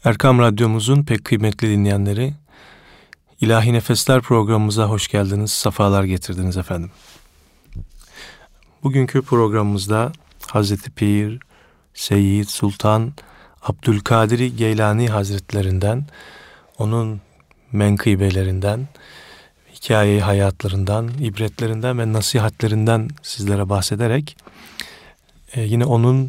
Erkam Radyomuzun pek kıymetli dinleyenleri, İlahi Nefesler programımıza hoş geldiniz, sefalar getirdiniz efendim. Bugünkü programımızda Hazreti Pir, Seyyid Sultan Abdülkadir Geylani Hazretlerinden, onun menkıbelerinden, hikaye hayatlarından, ibretlerinden ve nasihatlerinden sizlere bahsederek, yine onun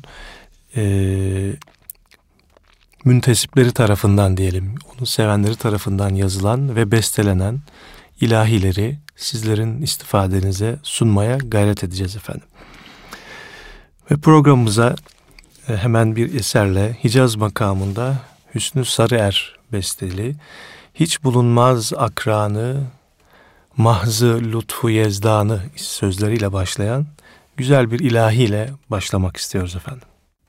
müntesipleri tarafından diyelim, onu sevenleri tarafından yazılan ve bestelenen ilahileri sizlerin istifadenize sunmaya gayret edeceğiz efendim. Ve programımıza hemen bir eserle Hicaz makamında Hüsnü Sarıer besteli, hiç bulunmaz akranı, mahzı lütfu yezdanı sözleriyle başlayan güzel bir ilahiyle başlamak istiyoruz efendim.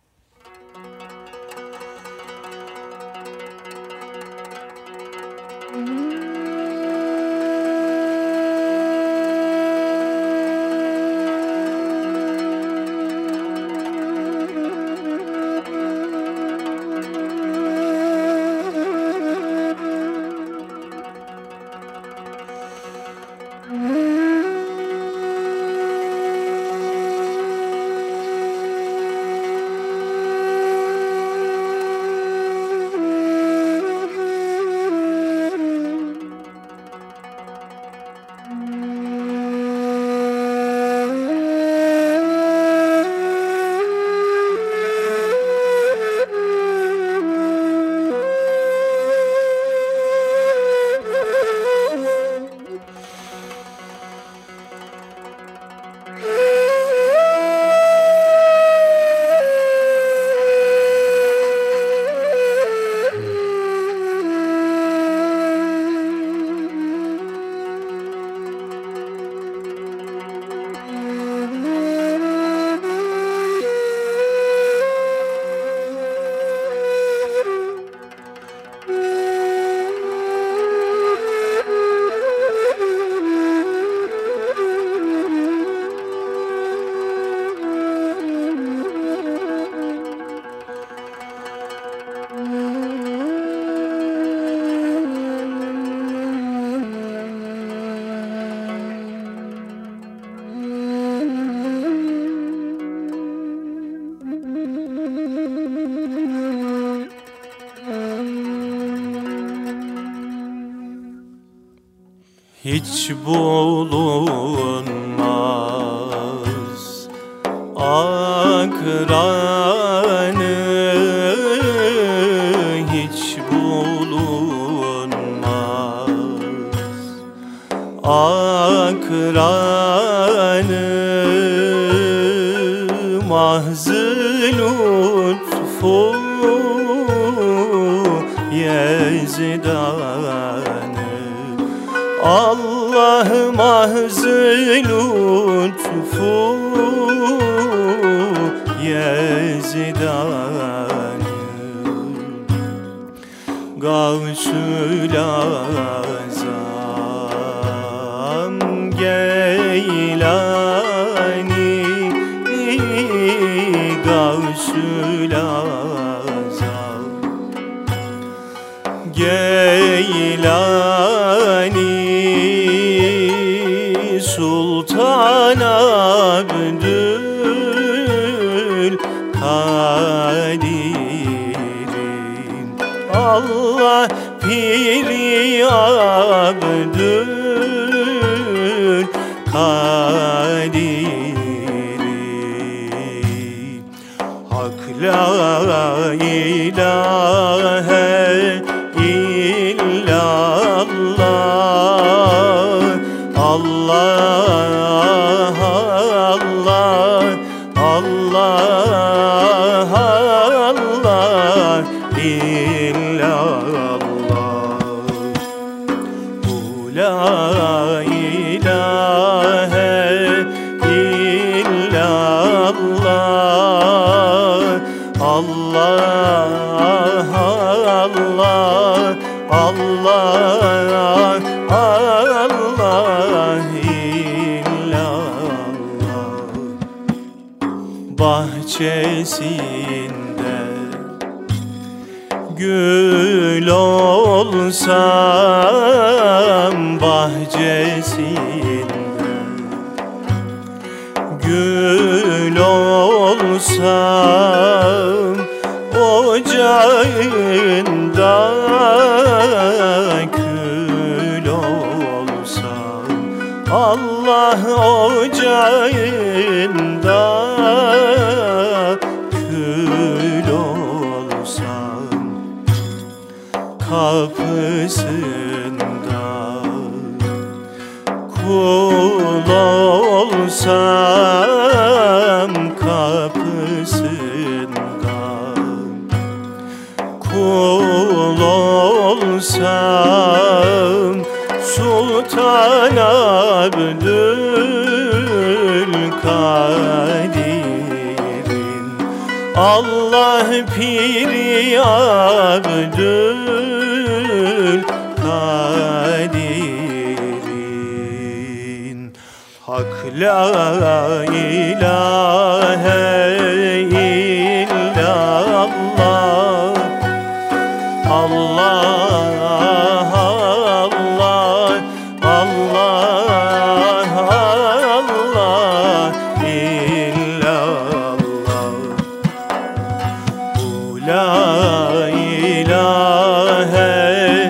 Hiç bulunmaz akranı, hiç bulunmaz akranı, mahzı lütfu yezdanı, Allah mahzı lütfu yezdanı, Gavsül Azam Geylani, Gavsül Azam Geylani, Sultan Abdülkadir'im, Allah Piri Abdülkadir'im, Hak la ilahe illallah, Allah Allah Allah Allah illallah, la ilahe illallah, Allah Allah Allah Allah illallah. Bahçesinde gül Gül olsam bahçesinde, gül olsam ocağında, kül olsam Allah ocağında, kül olsam kapısında, kul olsam kapısında, kul olsam Sultan Abdülkadir'in, Allah Piri Abdülkadir'in. Hak la ilahe illallah, Allah Allah Allah Allah illallah. Bu la ilahe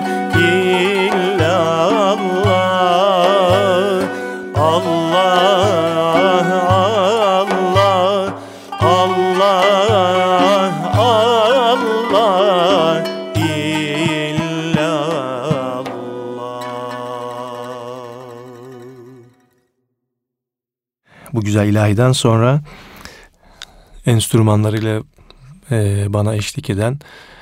illallah, Allah Allah Allah Allah illallah. Bu güzel ilahiden sonra enstrümanlarıyla bana eşlik eden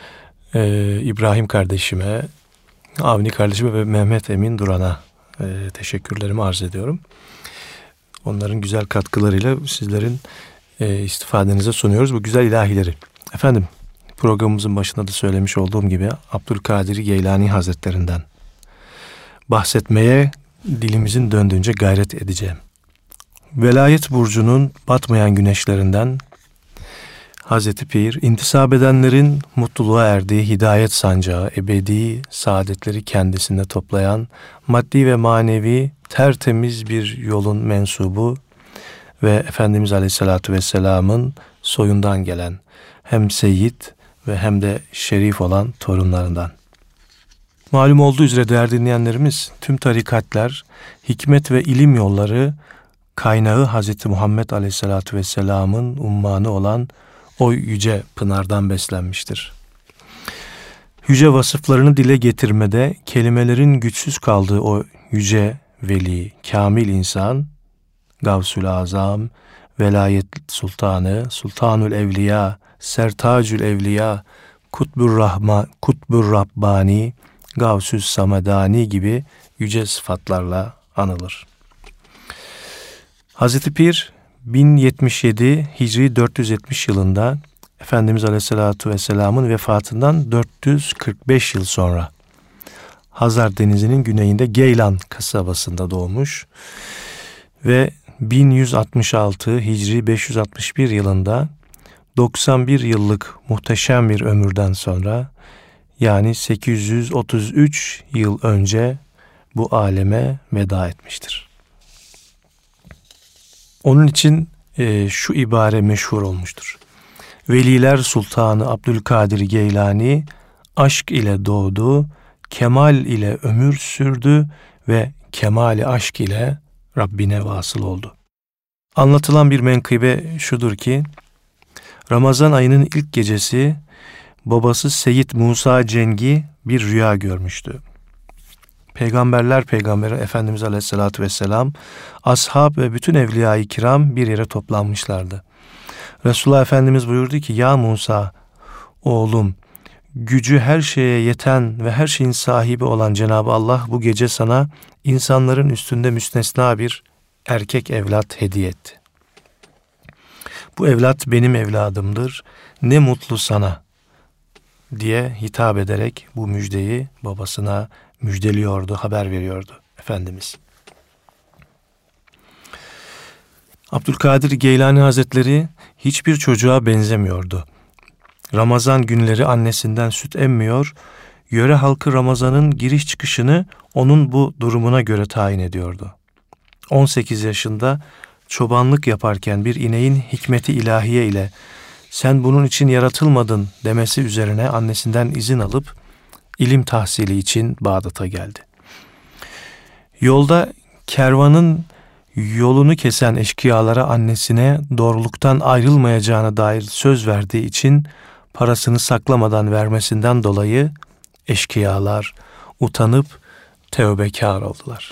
İbrahim kardeşime, Avni kardeşime ve Mehmet Emin Duran'a teşekkürlerimi arz ediyorum. Onların güzel katkılarıyla sizlerin istifadenize sunuyoruz bu güzel ilahileri. Efendim, programımızın başında da söylemiş olduğum gibi Abdülkadir Geylani Hazretlerinden bahsetmeye dilimizin döndüğünce gayret edeceğim. Velayet burcunun batmayan güneşlerinden Hazreti Pir, intisap edenlerin mutluluğa erdiği hidayet sancağı, ebedi saadetleri kendisinde toplayan, maddi ve manevi tertemiz bir yolun mensubu ve Efendimiz Aleyhisselatü Vesselam'ın soyundan gelen hem seyyid ve hem de şerif olan torunlarından. Malum olduğu üzere değerli dinleyenlerimiz, tüm tarikatlar, hikmet ve ilim yolları kaynağı Hazreti Muhammed Aleyhisselatü Vesselam'ın ummanı olan o yüce pınardan beslenmiştir. Yüce vasıflarını dile getirmede kelimelerin güçsüz kaldığı o yüce veli, kamil insan, Gavsül Azam, Velayet Sultanı, Sultanül Evliya, Sertacül Evliya, Kutbur Rabbani, Gavsüs Samadani gibi yüce sıfatlarla anılır. Hazreti Pir 1077 Hicri 470 yılında Efendimiz Aleyhisselatü Vesselam'ın vefatından 445 yıl sonra Hazar Denizi'nin güneyinde Geylan kasabasında doğmuş ve 1166 Hicri 561 yılında 91 yıllık muhteşem bir ömürden sonra, yani 833 yıl önce bu aleme veda etmiştir. Onun için şu ibare meşhur olmuştur. Veliler Sultanı Abdülkadir Geylani aşk ile doğdu, kemal ile ömür sürdü ve kemali aşk ile Rabbine vasıl oldu. Anlatılan bir menkıbe şudur ki, Ramazan ayının ilk gecesi babası Seyyid Musa Cengi bir rüya görmüştü. Peygamberler peygamberi Efendimiz Aleyhisselatü Vesselam, ashab ve bütün evliya-i kiram bir yere toplanmışlardı. Resulullah Efendimiz buyurdu ki, ya Musa, oğlum, gücü her şeye yeten ve her şeyin sahibi olan Cenab-ı Allah bu gece sana insanların üstünde müstesna bir erkek evlat hediye etti. Bu evlat benim evladımdır, ne mutlu sana diye hitap ederek bu müjdeyi babasına müjdeliyordu, haber veriyordu Efendimiz. Abdülkadir Geylani Hazretleri hiçbir çocuğa benzemiyordu. Ramazan günleri annesinden süt emmiyor, yöre halkı Ramazan'ın giriş çıkışını onun bu durumuna göre tayin ediyordu. 18 yaşında çobanlık yaparken bir ineğin hikmeti ilahiye ile "Sen bunun için yaratılmadın" demesi üzerine annesinden izin alıp ilim tahsili için Bağdat'a geldi. Yolda kervanın yolunu kesen eşkıyalara annesine doğruluktan ayrılmayacağına dair söz verdiği için parasını saklamadan vermesinden dolayı eşkıyalar utanıp tevbekar oldular.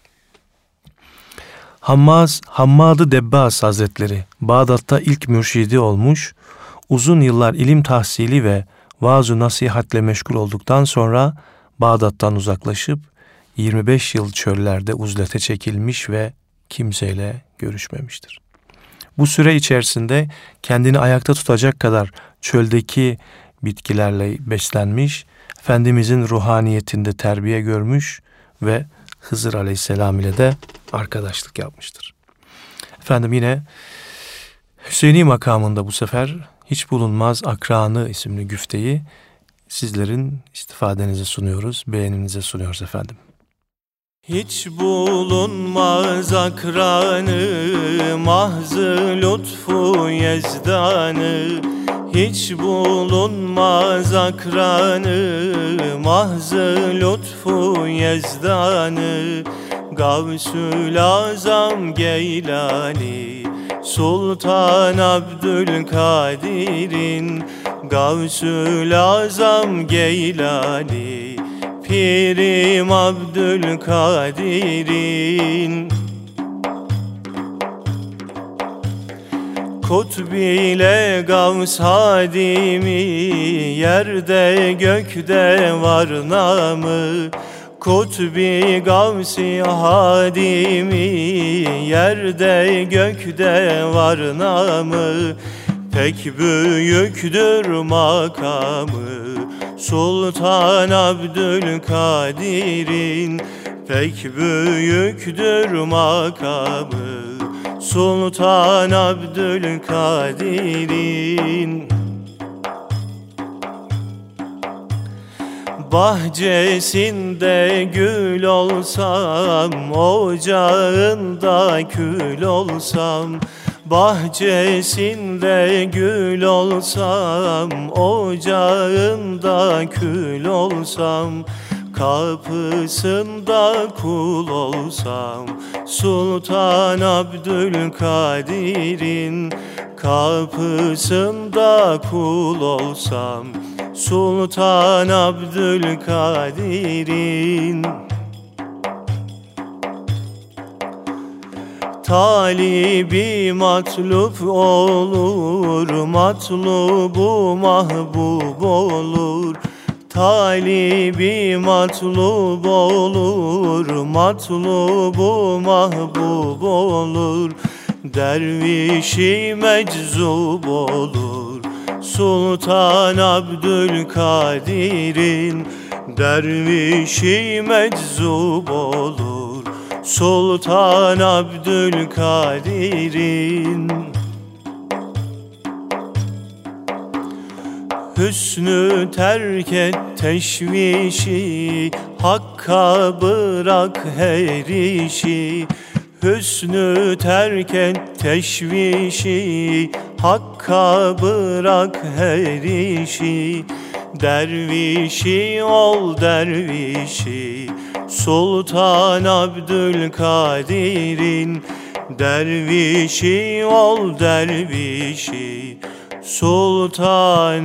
Hammad-ı Debbas Hazretleri Bağdat'ta ilk mürşidi olmuş, uzun yıllar ilim tahsili ve vaaz-ı nasihatle meşgul olduktan sonra Bağdat'tan uzaklaşıp 25 yıl çöllerde uzlete çekilmiş ve kimseyle görüşmemiştir. Bu süre içerisinde kendini ayakta tutacak kadar çöldeki bitkilerle beslenmiş, Efendimizin ruhaniyetinde terbiye görmüş ve Hızır Aleyhisselam ile de arkadaşlık yapmıştır. Efendim yine Hüseyni makamında bu sefer Hiç Bulunmaz Akranı isimli güfteyi sizlerin istifadenize sunuyoruz, beğeninize sunuyoruz efendim. Hiç bulunmaz akranı, mahz-ı lütfu yezdanı. Hiç bulunmaz akranı, mahz-ı lütfu yezdanı. Gavsül Azam Geylani, Sultan Abdülkadir'in. Gavsül Azam Geylani, Pirim Abdülkadir'in. Kutb-ile Gavs hadimi, yerde gökte var namı. Kutb-i Gavs-i hadimi, yerde gökte var namı. Pek büyüktür makamı Sultan Abdülkadir'in. Pek büyüktür makamı Sultan Abdülkadir'in. Bahçesinde gül olsam, ocağında kül olsam. Bahçesinde gül olsam, ocağında kül olsam. Kapısında kul olsam, Sultan Abdülkadir'in. Kapısında kul olsam, Sultan Abdülkadir'in. Talibi matlup olur, matlubu mahbub olur. Talibi matlub olur, matlubu mahbub olur. Dervişi meczub olur, Sultan Abdülkadir'in. Dervişi meczub olur, Sultan Abdülkadir'in. Hüsnü terk et teşvişi, Hakka bırak her işi. Hüsnü terk et teşvişi, Hakka bırak her işi. Dervişi ol dervişi, Sultan Abdülkadir'in. Dervişi ol dervişi, Sultan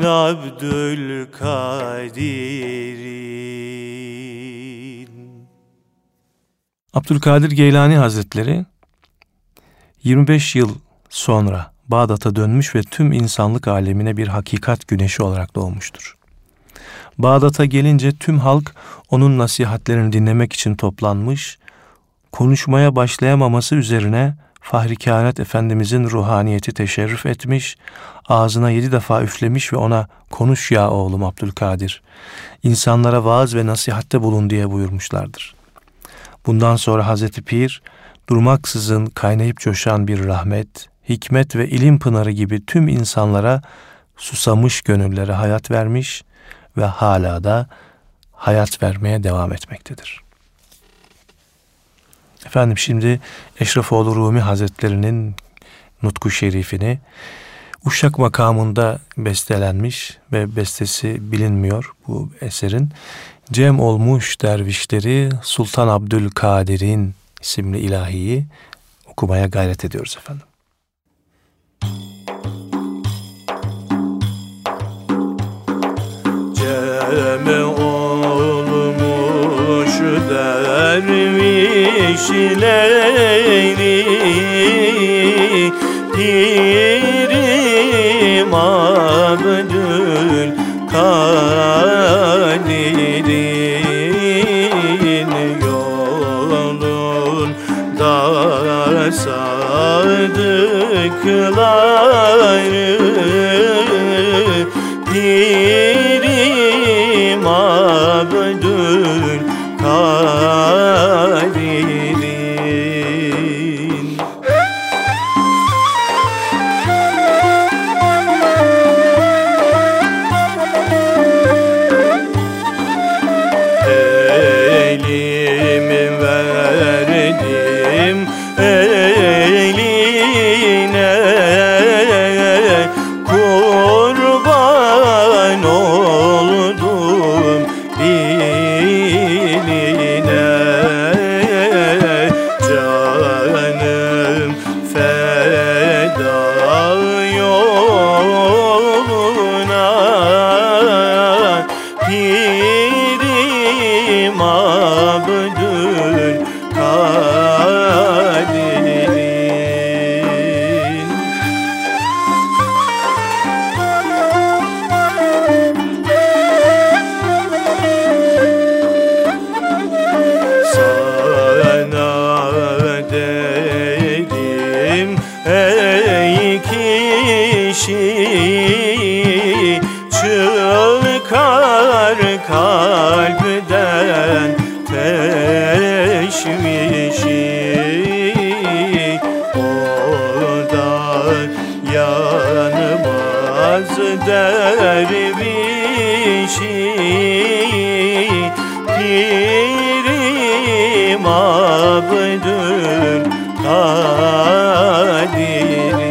Abdülkadir'in. Abdülkadir Geylani Hazretleri 25 yıl sonra Bağdat'a dönmüş ve tüm insanlık alemine bir hakikat güneşi olarak doğmuştur. Bağdat'a gelince tüm halk onun nasihatlerini dinlemek için toplanmış, konuşmaya başlayamaması üzerine Fahri Kainat Efendimizin ruhaniyeti teşerrüf etmiş, ağzına 7 defa üflemiş ve ona "Konuş ya oğlum Abdülkadir, insanlara vaaz ve nasihatte bulun" diye buyurmuşlardır. Bundan sonra Hazreti Pir, durmaksızın kaynayıp coşan bir rahmet, hikmet ve ilim pınarı gibi tüm insanlara susamış gönüllere hayat vermiş ve hala da hayat vermeye devam etmektedir. Efendim şimdi Eşrefoğlu Rumi Hazretleri'nin Nutku Şerifini Uşak makamında bestelenmiş ve bestesi bilinmiyor bu eserin. Cem olmuş dervişleri Sultan Abdülkadir'in isimli ilahiyi okumaya gayret ediyoruz efendim. Cem olmuş dervişleri Pirim Abdülkadir'in yolunda sadıkları Pirim Abdülkadir'in kalpten teşvişi oradan yanmaz dervişi Pirim Abdülkadir'in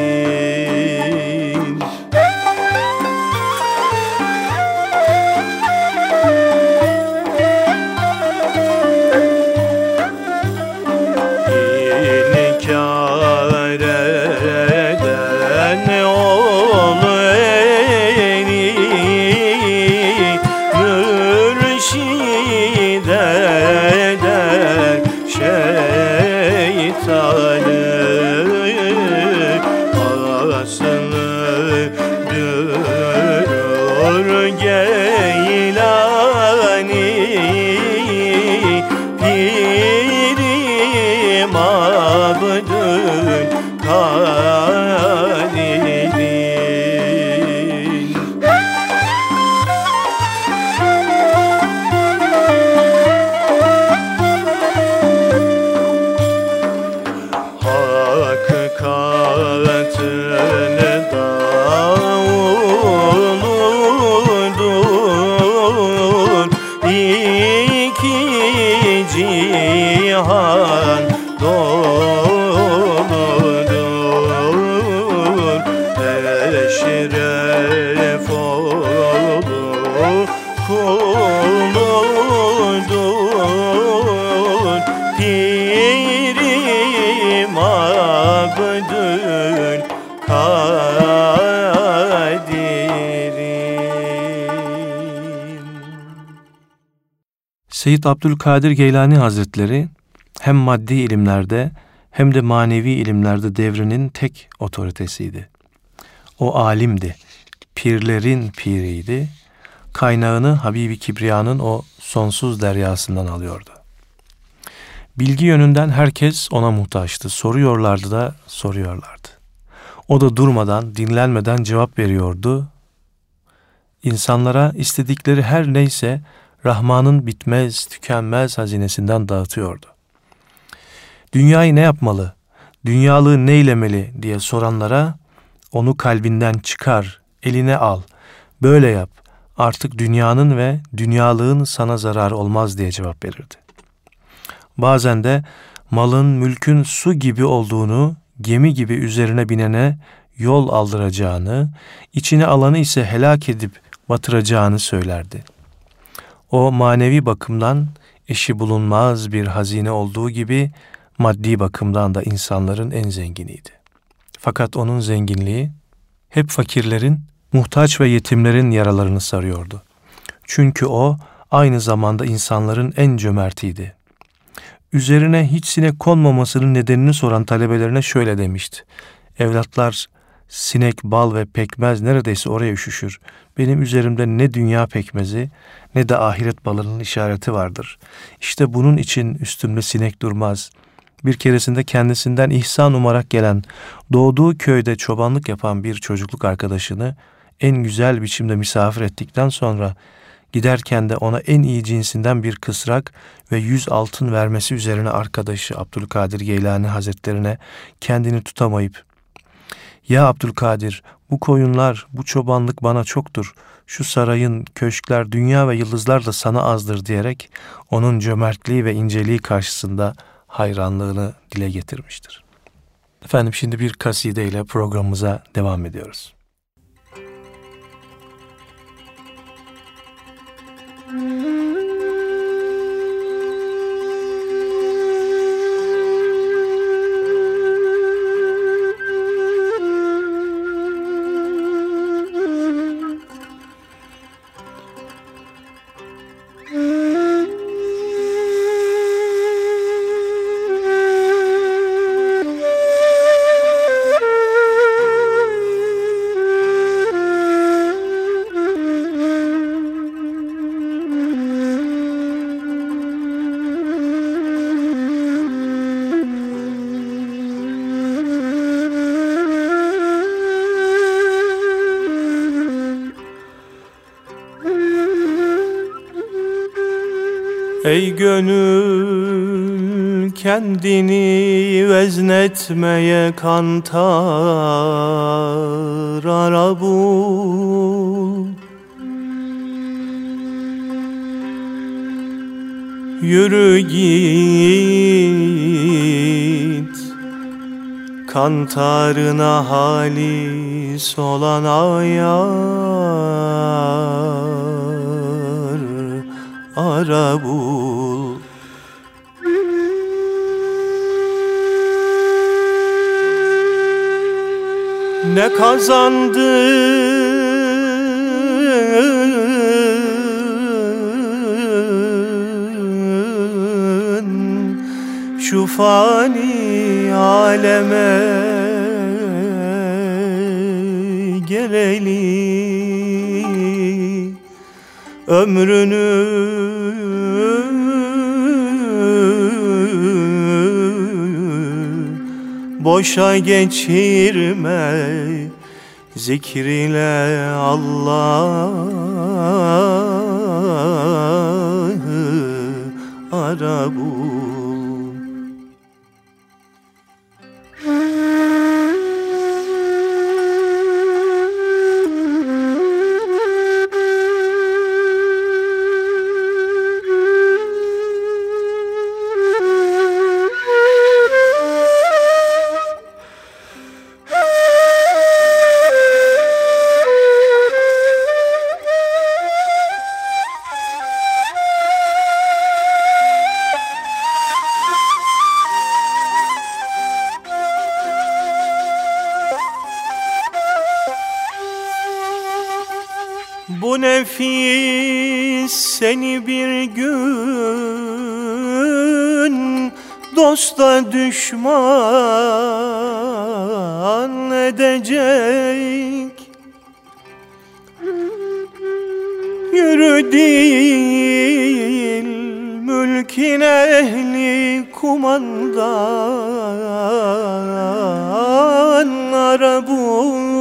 cihan doludur eşref oldu kuludur Pirim Abdülkadir'in. Seyyid Abdülkadir Geylani Hazretleri hem maddi ilimlerde hem de manevi ilimlerde devrinin tek otoritesiydi. O alimdi, pirlerin piriydi, kaynağını Habibi Kibriya'nın o sonsuz deryasından alıyordu. Bilgi yönünden herkes ona muhtaçtı, soruyorlardı da soruyorlardı. O da durmadan, dinlenmeden cevap veriyordu. İnsanlara istedikleri her neyse Rahman'ın bitmez, tükenmez hazinesinden dağıtıyordu. Dünyayı ne yapmalı, dünyalığı neylemeli diye soranlara onu kalbinden çıkar eline al, böyle yap, artık dünyanın ve dünyalığın sana zarar olmaz diye cevap verirdi. Bazen de malın, mülkün su gibi olduğunu, gemi gibi üzerine binene yol aldıracağını, içine alanı ise helak edip batıracağını söylerdi. O manevi bakımdan eşi bulunmaz bir hazine olduğu gibi maddi bakımdan da insanların en zenginiydi. Fakat onun zenginliği hep fakirlerin, muhtaç ve yetimlerin yaralarını sarıyordu. Çünkü o aynı zamanda insanların en cömertiydi. Üzerine hiç sinek konmamasının nedenini soran talebelerine şöyle demişti. Evlatlar, sinek, bal ve pekmez neredeyse oraya üşüşür. Benim üzerimde ne dünya pekmezi ne de ahiret balının işareti vardır. İşte bunun için üstümde sinek durmaz. Bir keresinde kendisinden ihsan umarak gelen, doğduğu köyde çobanlık yapan bir çocukluk arkadaşını en güzel biçimde misafir ettikten sonra giderken de ona en iyi cinsinden bir kısrak ve 100 altın vermesi üzerine arkadaşı Abdülkadir Geylani Hazretlerine kendini tutamayıp, "Ya Abdülkadir, bu koyunlar, bu çobanlık bana çoktur. Şu sarayın, köşkler, dünya ve yıldızlar da sana azdır" diyerek onun cömertliği ve inceliği karşısında hayranlığını dile getirmiştir. Efendim, şimdi bir kasideyle programımıza devam ediyoruz. Ey gönül, kendini veznetmeye kantar ara bul. Yürü git, kantarına halis olan ayar ara bul. Ne kazandın şu fani aleme geleli, ömrünü boşa geçirme, zikriyle Allah'ı ara bul. Bu nefis seni bir gün dosta düşman edecek. Yürü değil mülkin ehli kumandan ara bul.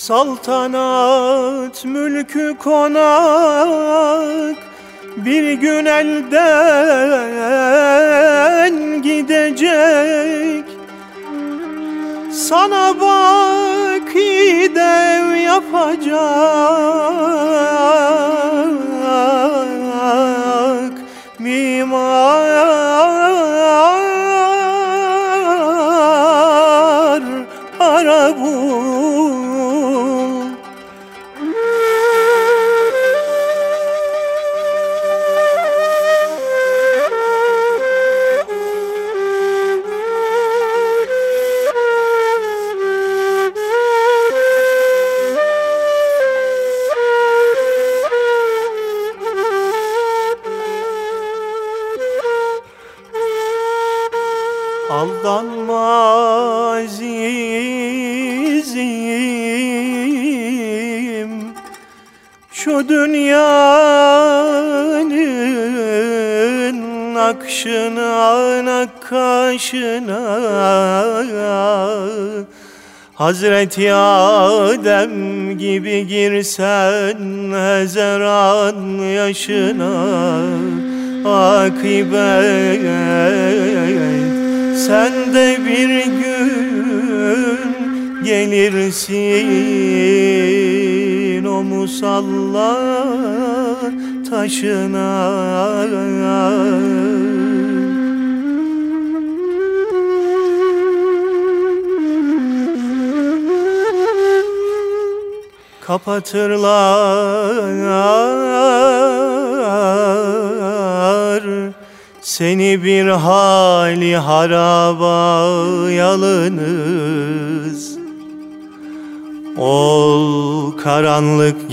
Saltanat mülkü konak bir gün elden gidecek. Sana baki dev yapacak mimar para bul. Aldanma azizim şu dünyanın akşına, nakkaşına. Hazreti Adem gibi girsen hezeran yaşına, akibet sen de bir gün gelirsin o musalla taşına. Kapatırlar seni bir hali haraba yalınız. Ol karanlık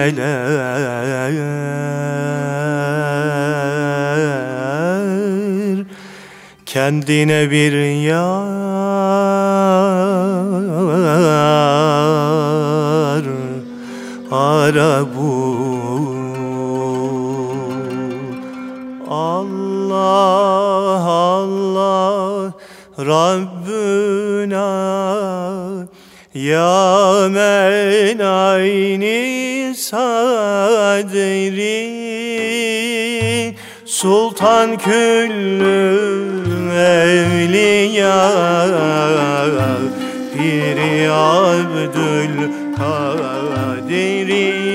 geceler kendine bir yar ara bul. Allah Allah Rabbuna ya men ayni sadri sultan küllü evliya Piri Abdül Kadiri.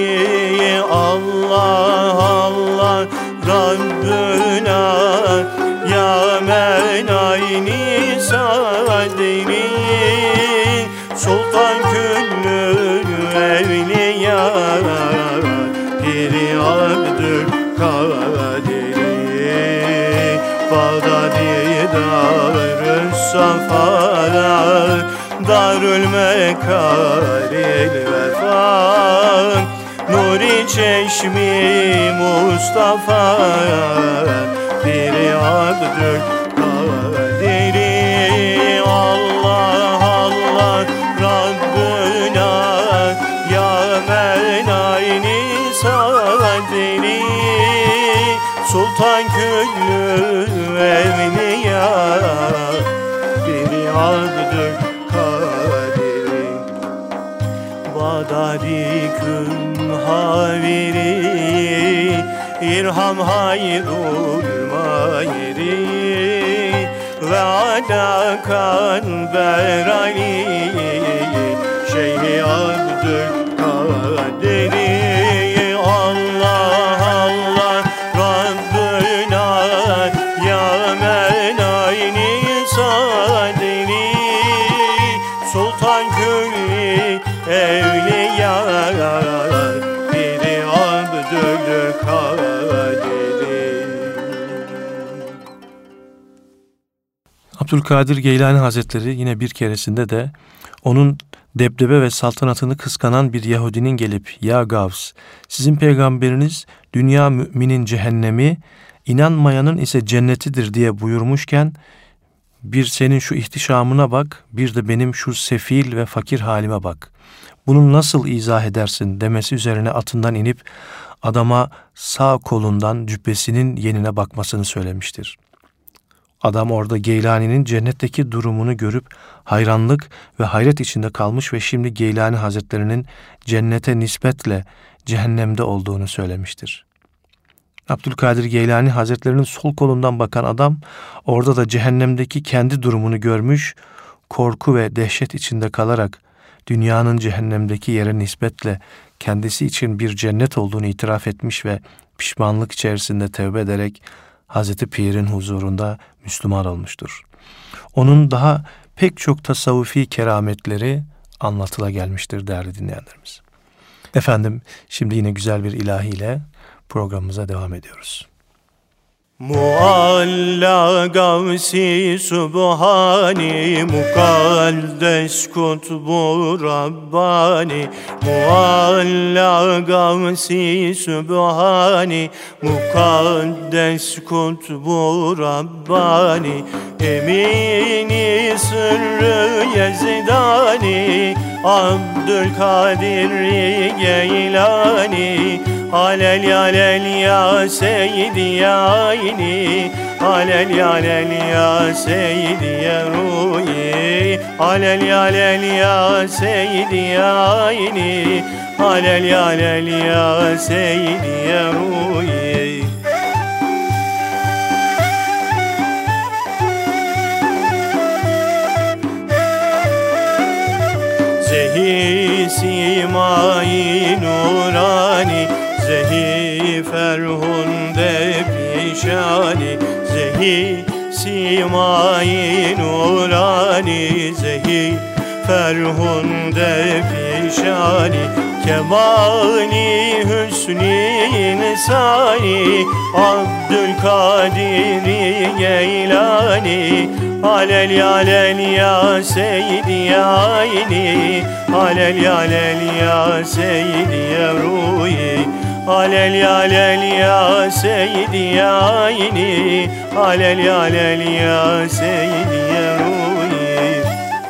Allah Allah Rabbuna ya men ayni sadri sultan küllü evliya Piri Abdül Kadiri. Bağdadi Darü's Safara Darül Mekaril Vefa Nuri Çeşmi Mustafa Piri Abdül Kadiri. Allah Allah Rabbuna ya men ayni sadri sultan küllü evliya Piri Abdül Kadiri. Bağdadi kün haviri İrham hayrul mayri ve alakan berali Şeyh Abdül Kadiri. Allah Allah Rabbuna ya men ayni sadri sultan külli evliya Piri Abdül Kadiri. Abdülkadir Geylani Hazretleri yine bir keresinde de onun debdebe ve saltanatını kıskanan bir Yahudinin gelip "Ya Gavs, sizin peygamberiniz dünya müminin cehennemi, inanmayanın ise cennetidir" diye buyurmuşken bir senin şu ihtişamına bak, bir de benim şu sefil ve fakir halime bak. Bunu nasıl izah edersin demesi üzerine atından inip adama sağ kolundan cübbesinin yenine bakmasını söylemiştir. Adam orada Geylani'nin cennetteki durumunu görüp hayranlık ve hayret içinde kalmış ve şimdi Geylani Hazretlerinin cennete nispetle cehennemde olduğunu söylemiştir. Abdülkadir Geylani Hazretlerinin sol kolundan bakan adam orada da cehennemdeki kendi durumunu görmüş, korku ve dehşet içinde kalarak dünyanın cehennemdeki yere nispetle kendisi için bir cennet olduğunu itiraf etmiş ve pişmanlık içerisinde tevbe ederek Hazreti Pir'in huzurunda Müslüman olmuştur. Onun daha pek çok tasavvufi kerametleri anlatıla gelmiştir değerli dinleyenlerimiz. Efendim, şimdi yine güzel bir ilahiyle programımıza devam ediyoruz. Mualla gavsi subhani, mukaddes kutbu Rabbani. Mualla gavsi subhani, mukaddes kutbu Rabbani. Emini sırrı Yezdani, Abdülkadir Geylani. Alel alel ya seyyidi ya ayni, alel alel ya seyyidi ya ruhi, alel alel ya seyyidi ya ayni, alel alel ya seyyidi ya ruhi. Zehi simai nurani, zehi ferhunde pişani, zehi simai nurani, zehi ferhunde pişani. Kemali hüsnü insani, Abdülkadir Geylani. Alel alel ya seyyidi ya ayni, alel alel ya seyyidi ya ruhi, alel alel ya seyyidi ya ayni, alel alel ya seyyidi ya ruhi.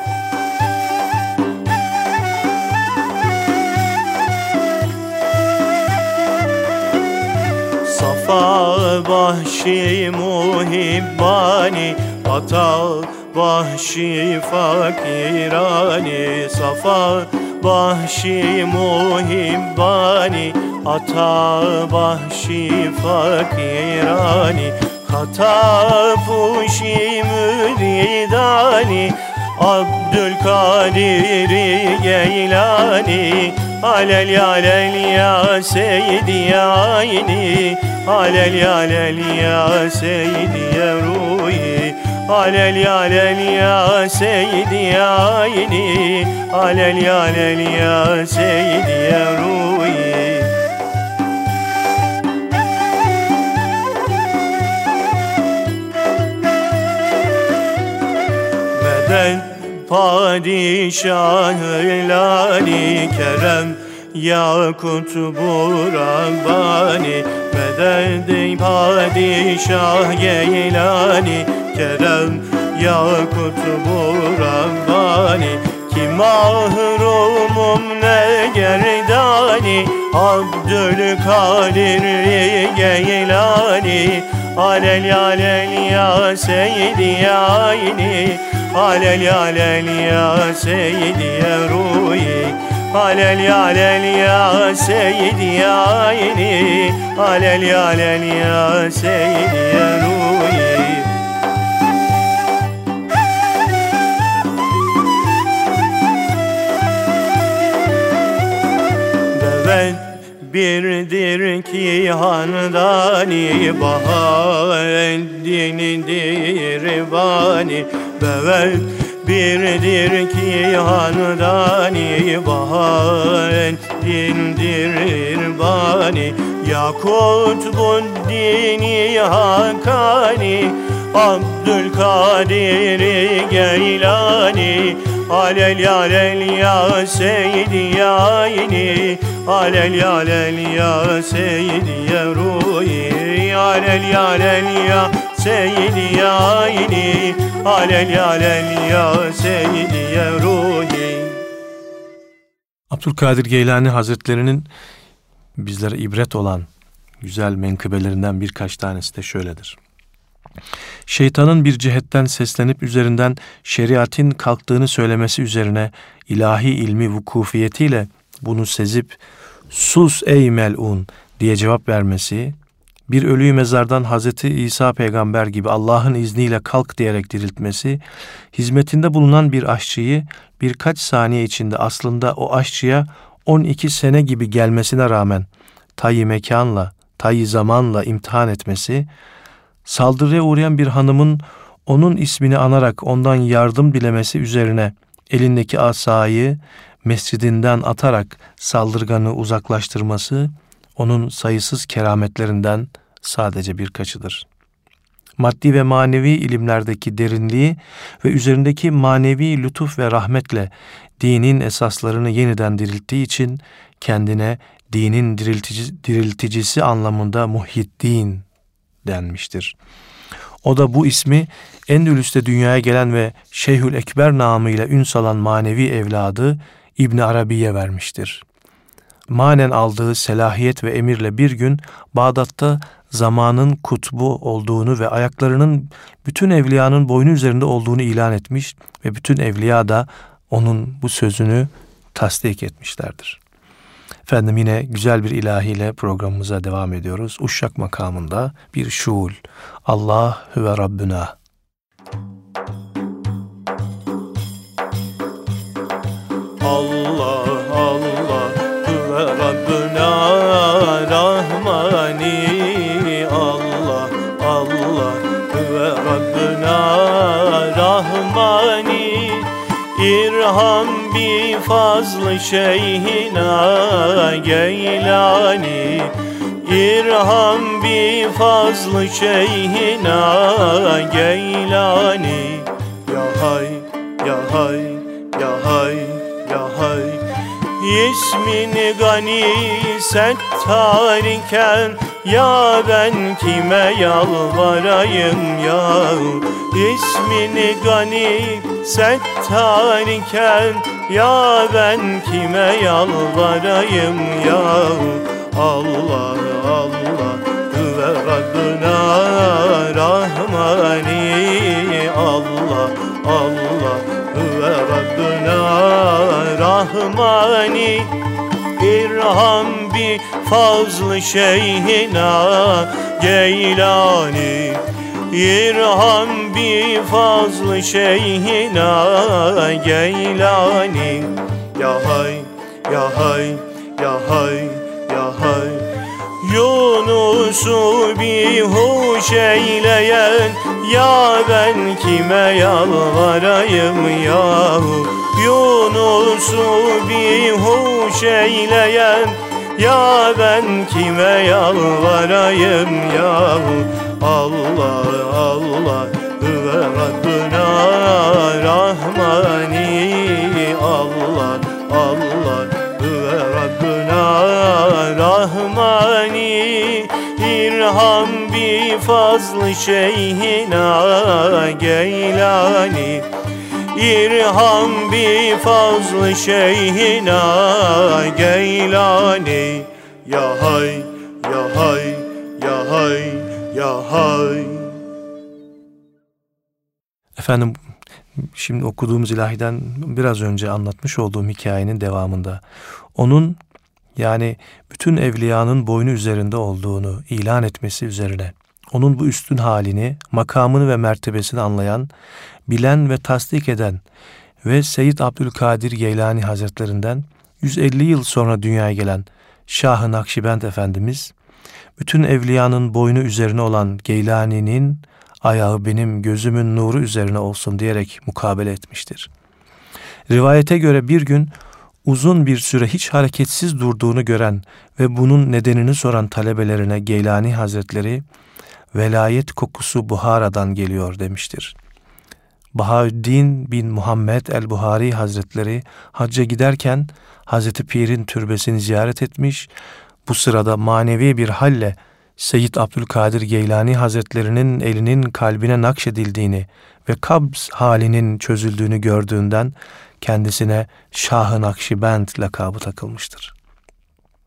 Safa bahşi muhibbani, ata bahşi fakirani. Safa bahşi muhibbani, ata bahşi fakirani. Hata puşi müridani, Abdülkadir Geylani. Alel alel ya seyyidi ya ayni, alel alel ya seyyidi ya ruhi, alel alel ya seyyidi ya ayni, alel alel ya seyyidi ya ruhi. Medet padişah-ı lali, kerem ya kutbu Rabbani. Medet padişah Geylani, kerem ya kutbu Rabbani. Ki mahrumum ne gerdani, Abdülkadir Geylani. Alel alel ya seyyidi ya ayni, alel alel ya seyyidi ya ruhi, alel alel ya seyyidi ya ayni, alel alel ya seyyidi ya ruhi. Evet birdir ki handani, Bahaeddin'dir bani. Evet birdir ki handani, Bahaeddin'dir bani. Yakutbuddin Hakani, Abdülkadir Geylani. Alel alel ya seyyidi ya ayni, alel alel ya seyyidi ya ruhi, alel alel ya seyyidi ya ayni, alel alel ya seyyidi ya ruhi. Abdülkadir Geylani Hazretlerinin bizlere ibret olan güzel menkıbelerinden birkaç tanesi de şöyledir. şeytanın bir cihetten seslenip üzerinden şeriatin kalktığını söylemesi üzerine ilahi ilmi vukufiyetiyle bunu sezip sus ey mel'un diye cevap vermesi, bir ölüyü mezardan Hazreti İsa peygamber gibi Allah'ın izniyle kalk diyerek diriltmesi, hizmetinde bulunan bir aşçıyı birkaç saniye içinde aslında o aşçıya 12 sene gibi gelmesine rağmen tayyi mekanla, tayyi zamanla imtihan etmesi, saldırıya uğrayan bir hanımın onun ismini anarak ondan yardım dilemesi üzerine elindeki asayı mescidinden atarak saldırganı uzaklaştırması, onun sayısız kerametlerinden sadece birkaçıdır. Maddi ve manevi ilimlerdeki derinliği ve üzerindeki manevi lütuf ve rahmetle dinin esaslarını yeniden dirilttiği için kendine dinin dirilticisi anlamında Muhyiddin denmiştir. O da bu ismi Endülüs'te dünyaya gelen ve Şeyhül Ekber namıyla ün salan manevi evladı İbn Arabi'ye vermiştir. Manen aldığı selahiyet ve emirle bir gün Bağdat'ta zamanın kutbu olduğunu ve ayaklarının bütün evliyanın boynu üzerinde olduğunu ilan etmiş ve bütün evliya da onun bu sözünü tasdik etmişlerdir. Efendim yine güzel bir ilahiyle programımıza devam ediyoruz. Uşşak makamında bir şuul. Allah ve Rabbuna. Allah Allah ve Rabbuna Rahmani. Allah Allah ve Rabbuna Rahmani. İrham bi fazl şeyhina Geylani. İrham bi fazl şeyhina Geylani. Ya hay ya hay ya hay ya hay. İsmini gani settarken ya ben kime yalvarayım ya. İsmini gani settarken ya ben kime yalvarayım ya. Allah Allah ve Rabbuna Rahmani. Allah Allah ve Rabbuna Rahmani. İrham bi fazl şeyhina Geylani. İrham bi fazl şeyhina Geylani. Ya hay ya hay ya hay ya hay. Yunus'u bihuş eyleyen ya ben kime yalvarayım yahu. Yunus'u bihuş eyleyen ya ben kime yalvarayım yahu. Allah Allah ve Rabbuna Rahmani. Allah Allah ve Rabbuna Rahmani. İrham bi fazl şeyhina Geylani. İrham bi fazl şeyhina Geylani. Ya hay ya hay ya hay ya hay. Efendim şimdi okuduğumuz ilahiden biraz önce anlatmış olduğum hikayenin devamında onun yani bütün evliyanın boynu üzerinde olduğunu ilan etmesi üzerine onun bu üstün halini, makamını ve mertebesini anlayan, bilen ve tasdik eden ve Seyyid Abdülkadir Geylani Hazretlerinden 150 yıl sonra dünyaya gelen Şah-ı Nakşibend Efendimiz, bütün evliyanın boynu üzerine olan Geylani'nin ayağı benim gözümün nuru üzerine olsun diyerek mukabele etmiştir. Rivayete göre bir gün uzun bir süre hiç hareketsiz durduğunu gören ve bunun nedenini soran talebelerine Geylani Hazretleri, velayet kokusu Buhara'dan geliyor demiştir. Bahaüddin bin Muhammed el-Buhari Hazretleri hacca giderken Hazreti Pir'in türbesini ziyaret etmiş, bu sırada manevi bir halle Seyyid Abdülkadir Geylani Hazretlerinin elinin kalbine nakşedildiğini ve kabz halinin çözüldüğünü gördüğünden kendisine Şah-ı Nakşibend lakabı takılmıştır.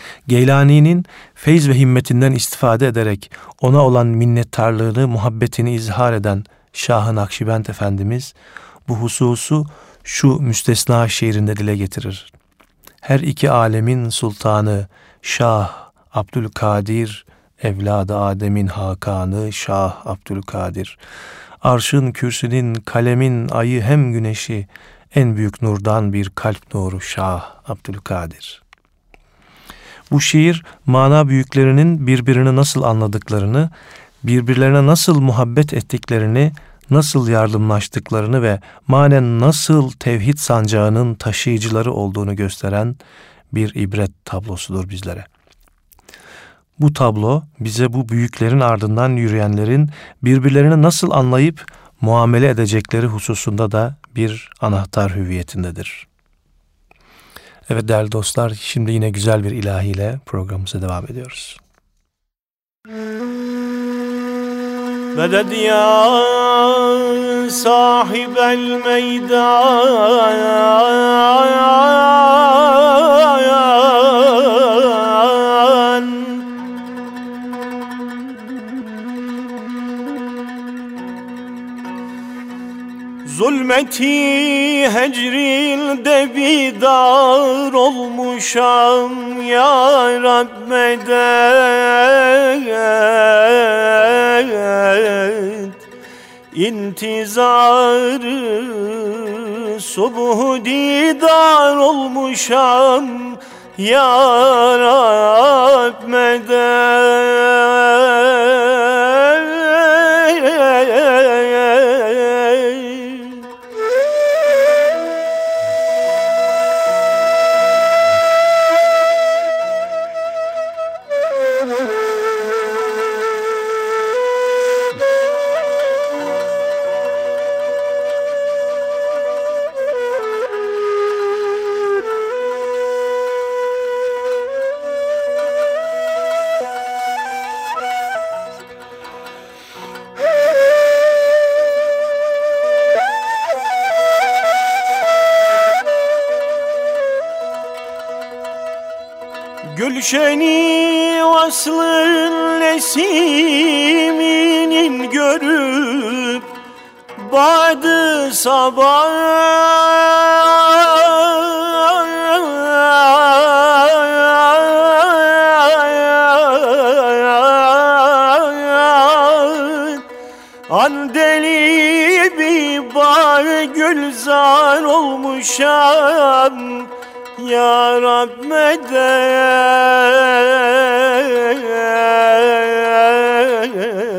Geylani'nin feyz ve himmetinden istifade ederek ona olan minnettarlığını, muhabbetini izhar eden Şah-ı Nakşibend Efendimiz bu hususu şu müstesna şiirinde dile getirir. Her iki alemin sultanı Şah Abdülkadir, evladı Adem'in hakanı Şah Abdülkadir. Arşın, kürsünün, kalemin, ayı hem güneşi, en büyük nurdan bir kalp nuru Şah Abdülkadir. Bu şiir mana büyüklerinin birbirini nasıl anladıklarını, birbirlerine nasıl muhabbet ettiklerini, nasıl yardımlaştıklarını ve manen nasıl tevhid sancağının taşıyıcıları olduğunu gösteren bir ibret tablosudur bizlere. Bu tablo bize bu büyüklerin ardından yürüyenlerin birbirlerini nasıl anlayıp muamele edecekleri hususunda da bir anahtar hüviyetindedir. Evet değerli dostlar, şimdi yine güzel bir ilahiyle programımıza devam ediyoruz. Meded ya sahibel meydan, zulmeti hecrilde bidar olmuşam ya Rab medet. İntizarı subuh didar olmuşam ya Rab medet. Gülşeni vaslın nesiminin görüp badı sabah an deli bir bağ gülzar olmuşam ya Rab medet.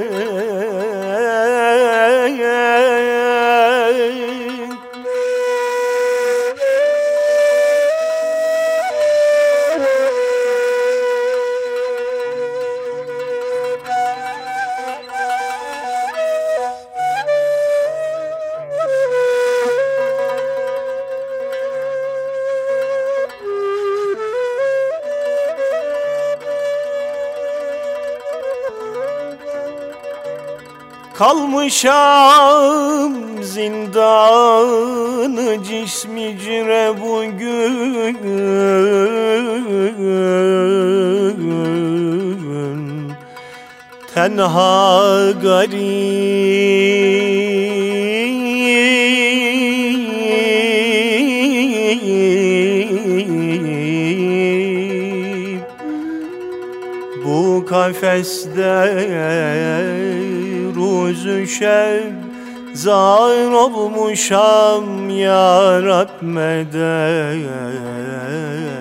Kalmışam zindanı cismi cire bugün, tenha garip bu kafeste ruzu şev zar olmuşam ya Rab medet.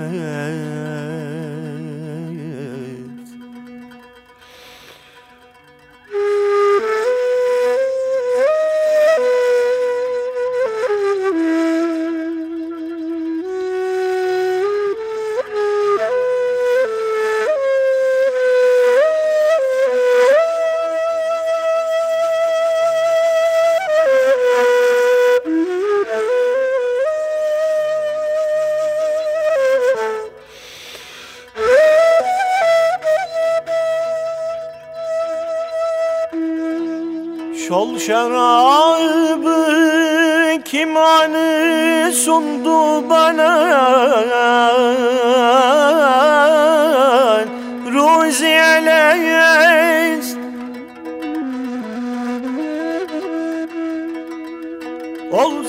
Şol şarabı kim anı sundu bana, razi eylesin. O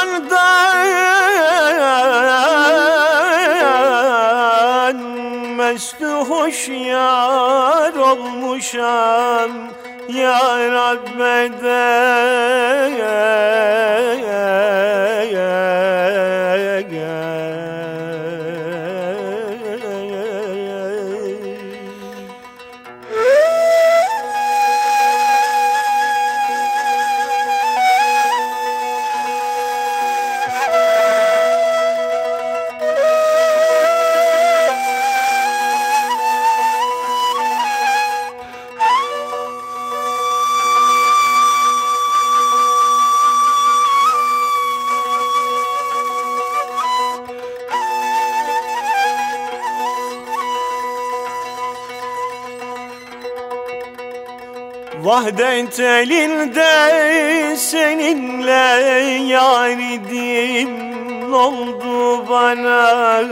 zamandan mest-i hoşyar olmuşam ya Vahdet elinde seninle yaridim oldu bana.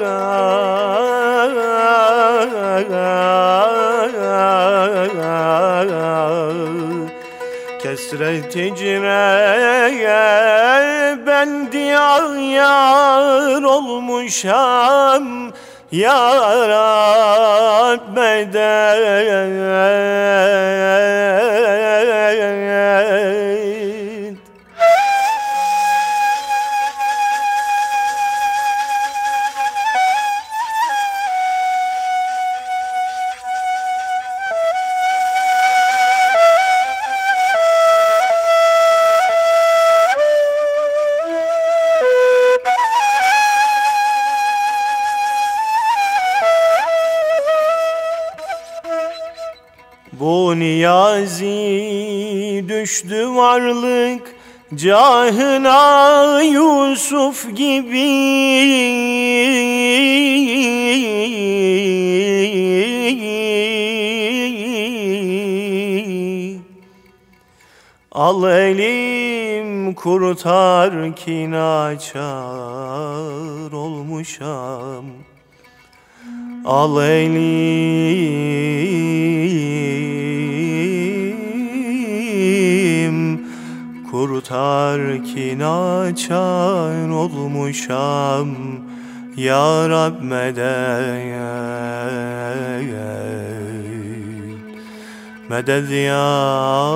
Kesret hicreye ben diyar olmuşam ya Rabbeden. Bu Niyazi düştü varlık cahına Yusuf gibi. Al elim kurtar ki naçar olmuşam. Al elim kurtar ki naçar olmuşam ya Rabbeden. Meded ya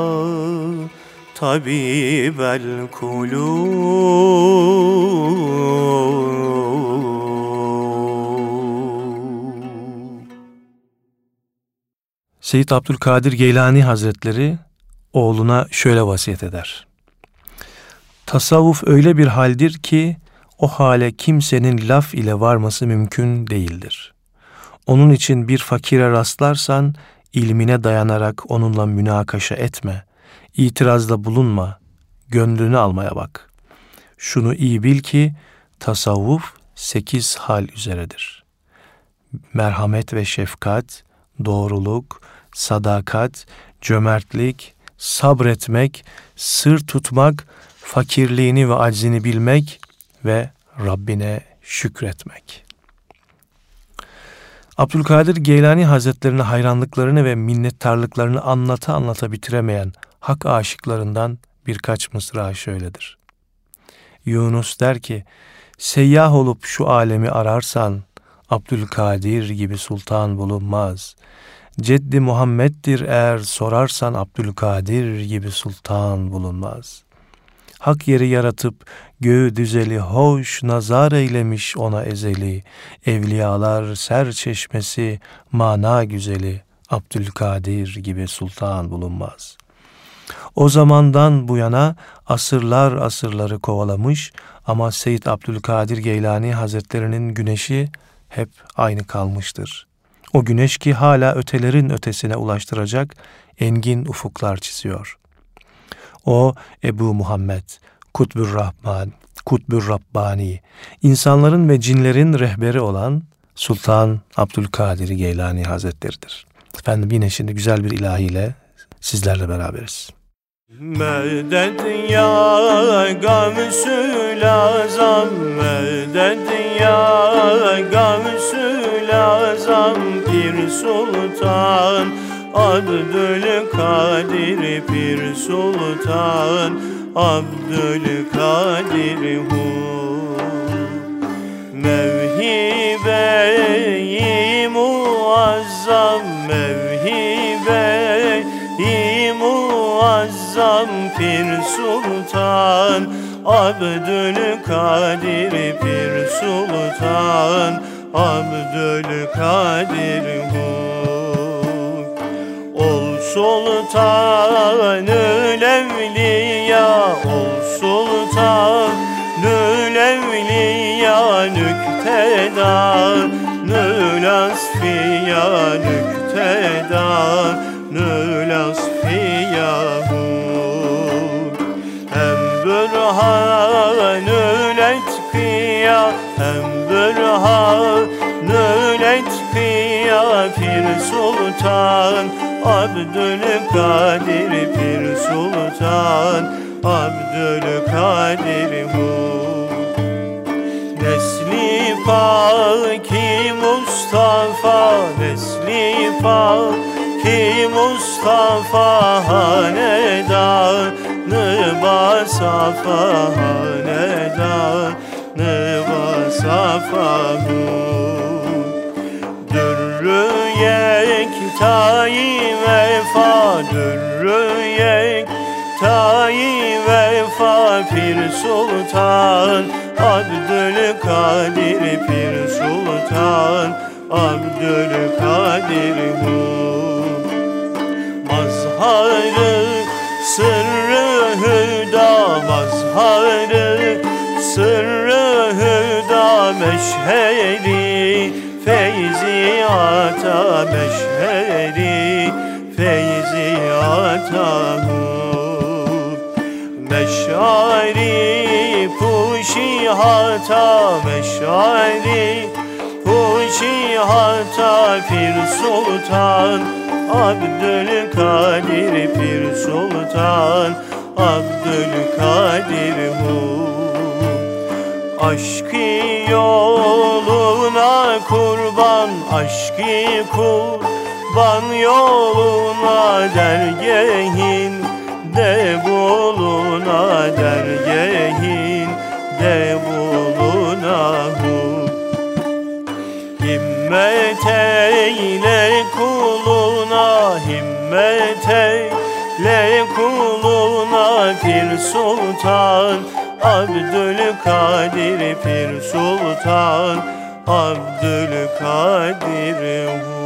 tabibel kulûb. Seyyid Abdülkadir Geylani Hazretleri oğluna şöyle vasiyet eder. Tasavvuf öyle bir haldir ki o hale kimsenin laf ile varması mümkün değildir. Onun için bir fakire rastlarsan ilmine dayanarak onunla münakaşa etme, itirazda bulunma, gönlünü almaya bak. Şunu iyi bil ki tasavvuf 8 hal üzeredir. Merhamet ve şefkat, doğruluk, sadakat, cömertlik, sabretmek, sır tutmak, fakirliğini ve aczini bilmek ve Rabbine şükretmek. Abdülkadir Geylani Hazretlerine hayranlıklarını ve minnettarlıklarını anlata bitiremeyen hak aşıklarından birkaç mısra şöyledir. Yunus der ki, seyyah olup şu alemi ararsan, Abdülkadir gibi sultan bulunmaz. Ceddi Muhammed'dir eğer sorarsan, Abdülkadir gibi sultan bulunmaz. Hak yeri yaratıp göğü düzeli hoş nazar eylemiş ona ezeli. Evliyalar ser çeşmesi mana güzeli. Abdülkadir gibi sultan bulunmaz. O zamandan bu yana asırlar asırları kovalamış ama Seyyid Abdülkadir Geylani Hazretlerinin güneşi hep aynı kalmıştır. O güneş ki hala ötelerin ötesine ulaştıracak engin ufuklar çiziyor. O Ebu Muhammed, Kutbur Rahman, Kutbur Rabbani, insanların ve cinlerin rehberi olan Sultan Abdülkadir Geylani Hazretleridir. Efendim yine şimdi güzel bir ilahiyle sizlerle beraberiz. Medet ya Gamsül Azam, medet ya Gamsül Gavsul-Azam Pir Sultan Abdülkadir Pir Sultan Abdülkadir hu. Mevhibe-i muazzam, mevhibe-i muazzam Pir Sultan Abdülkadir Pir Sultan Abdülkadir hu. Ol sultanül evliya, ol sultanül evliya, nüktedanül asfiya, nüktedanül asfiyahu. Hem bürhanül etkiya, hem bürhanül etkiya Pir Sultan Abdülkadir Pir Sultan Abdülkadir hu. Nesli paki Mustafa, nesli paki Mustafa, hanedanı basafa, hanedanı basafahu. Dürrü yektayi vefa, dürrü yektayi vefa Pir Sultan Abdülkadir Pir Sultan Abdülkadir hu. Mazharı sırrı hüda, mazharı sırrı hüda, meşhedi feyzi ata, meşhedi feyzi atahu. Meşari puşi hata, meşari puşi hata Pir Sultan Abdülkadir Pir Sultan Abdülkadir hu. Aşkı yoluna kurban, aşkı kurban yoluna, dergehin de buluna, dergehin de bulunahu. Himmet eyle kuluna, himmet eyle kuluna Pir Sultan Abdülkadir Pir Sultan Abdülkadir hu.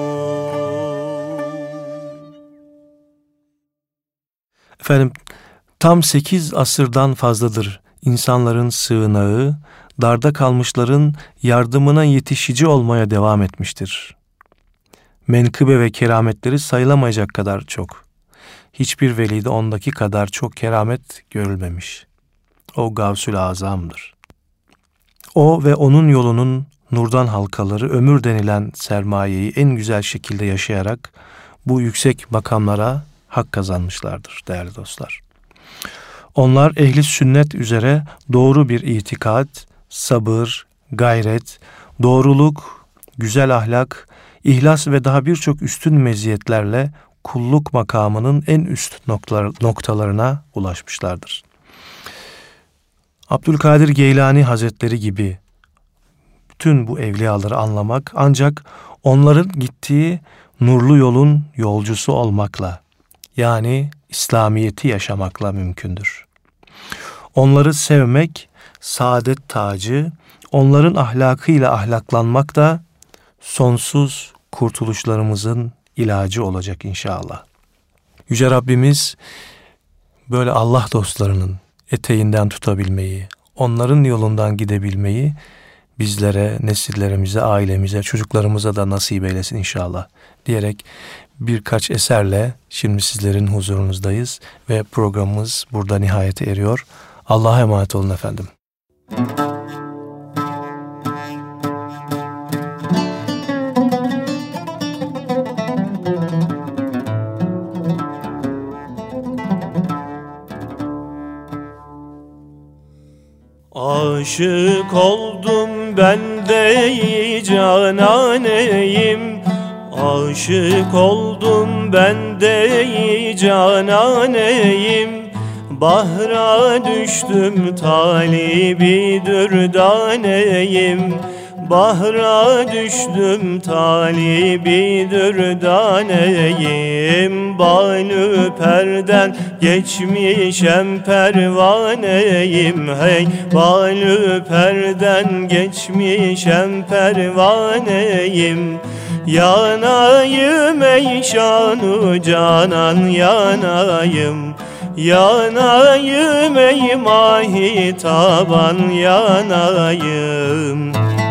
Efendim, tam 8 asırdan fazladır insanların sığınağı, darda kalmışların yardımına yetişici olmaya devam etmiştir. Menkıbe ve kerametleri sayılamayacak kadar çok. Hiçbir velide ondaki kadar çok keramet görülmemiş. O Gavsul-Azam'dır. O ve onun yolunun nurdan halkaları ömür denilen sermayeyi en güzel şekilde yaşayarak bu yüksek makamlara hak kazanmışlardır değerli dostlar. Onlar ehli sünnet üzere doğru bir itikat, sabır, gayret, doğruluk, güzel ahlak, ihlas ve daha birçok üstün meziyetlerle kulluk makamının en üst noktalarına ulaşmışlardır. Abdülkadir Geylani Hazretleri gibi bütün bu evliyaları anlamak ancak onların gittiği nurlu yolun yolcusu olmakla, yani İslamiyet'i yaşamakla mümkündür. Onları sevmek, saadet tacı, onların ahlakıyla ahlaklanmak da sonsuz kurtuluşlarımızın ilacı olacak inşallah. Yüce Rabbimiz böyle Allah dostlarının eteğinden tutabilmeyi, onların yolundan gidebilmeyi bizlere, nesillerimize, ailemize, çocuklarımıza da nasip eylesin inşallah diyerek birkaç eserle şimdi sizlerin huzurunuzdayız ve programımız burada nihayete eriyor. Allah'a emanet olun efendim. Aşık oldum ben de cananeyim. Aşık oldum ben de cananeyim. Bahra düştüm talibi dürdaneyim. Bahra düştüm talibi dürdaneyim. Balüperden geçmişem pervaneyim. Hey, balüperden geçmişem pervaneyim. Yanayım ey şanu canan yanayım. Yanayım ey mahitaban yanayım.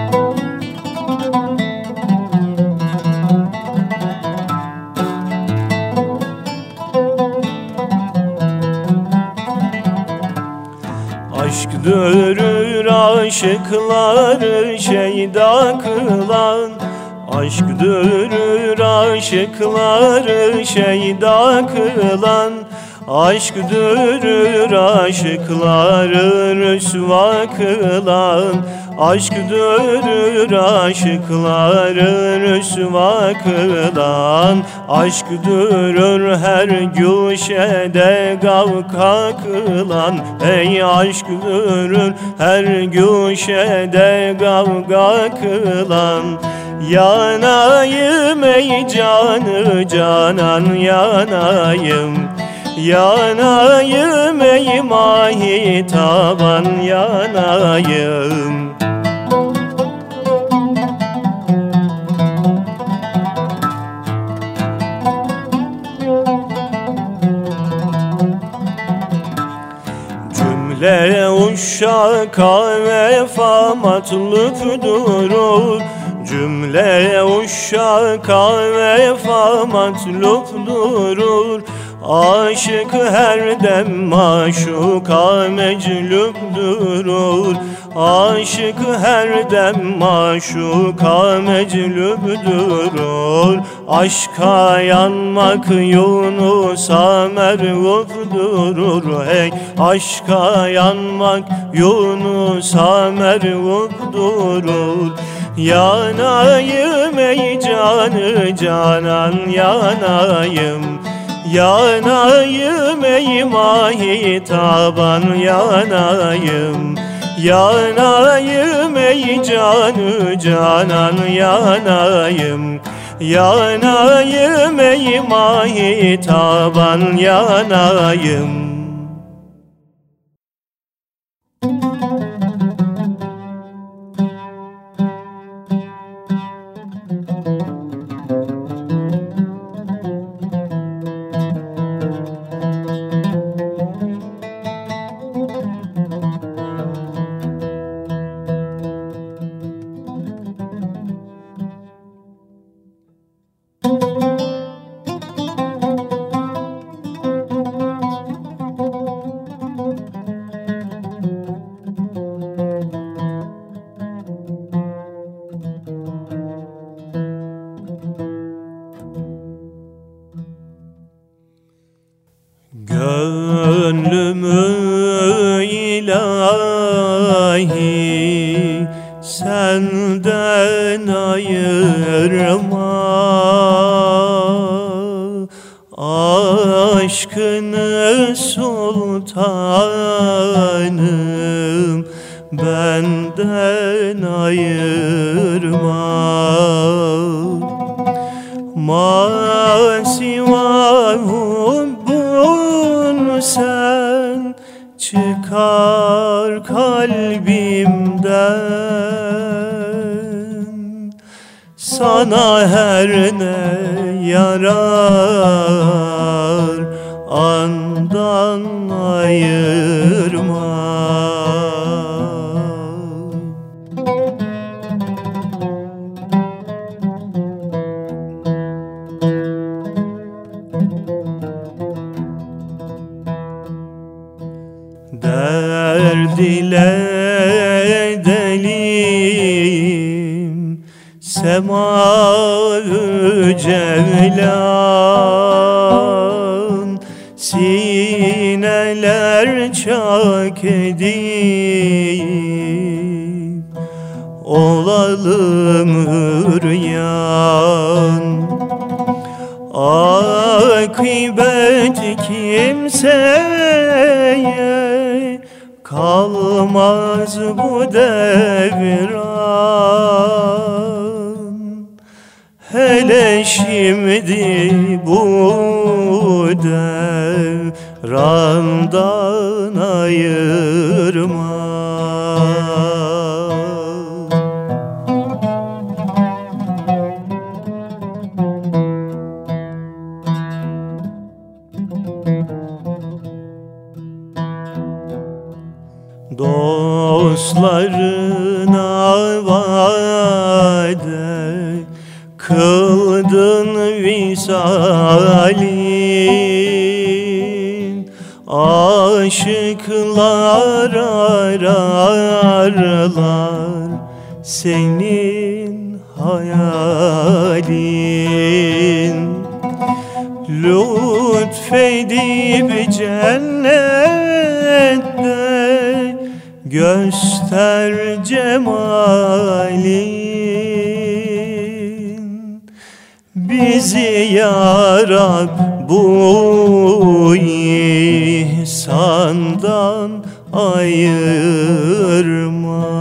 Aşk dürür aşıkları şeyda kılan. Aşk dürür aşıkları şeyda kılan. Aşk dürür aşıkları rüsva kılan. Aşk dürür aşıkları rüsva kılan. Aşk dürür her güşede gavka kılan. Ey aşk dürür her güşede gavga kılan. Yanayım ey canı canan yanayım. Yanayım ey mahitaban yanayım. Cümle uşaka vefa matlup durur. Cümle uşaka vefa matlup durur. Aşık her dem maşuka meclup durur. Aşık her dem maşuka meclup durur. Aşka yanmak Yunus'a mervup durur. Hey, aşka yanmak Yunus'a mervup durur. Yanayım ey canı canan yanayım. Yanayım ey mahitaban yanayım. Yanayım ey canı canan yanayım. Yanayım ey mahitaban yanayım. Gönlümü ilahi senden ayırma. Aşkını sultanım benden ayırma. Ma sivahum sen çıkar kalbimden. Sana her ne yarar andan ayırma. Derd ile deliyim sema-ı cevlan. Sineler çak edip olalım hüryan. Akıbet kimseye kalmaz bu devran. Hele şimdi bu devrandan ayırma. Dostlarına vade kıldın visalin, aşıklar ararlar senin hayalin. Lütfedip cennette göster cemalin. Bizi ya Rab bu ihsandan ayırma.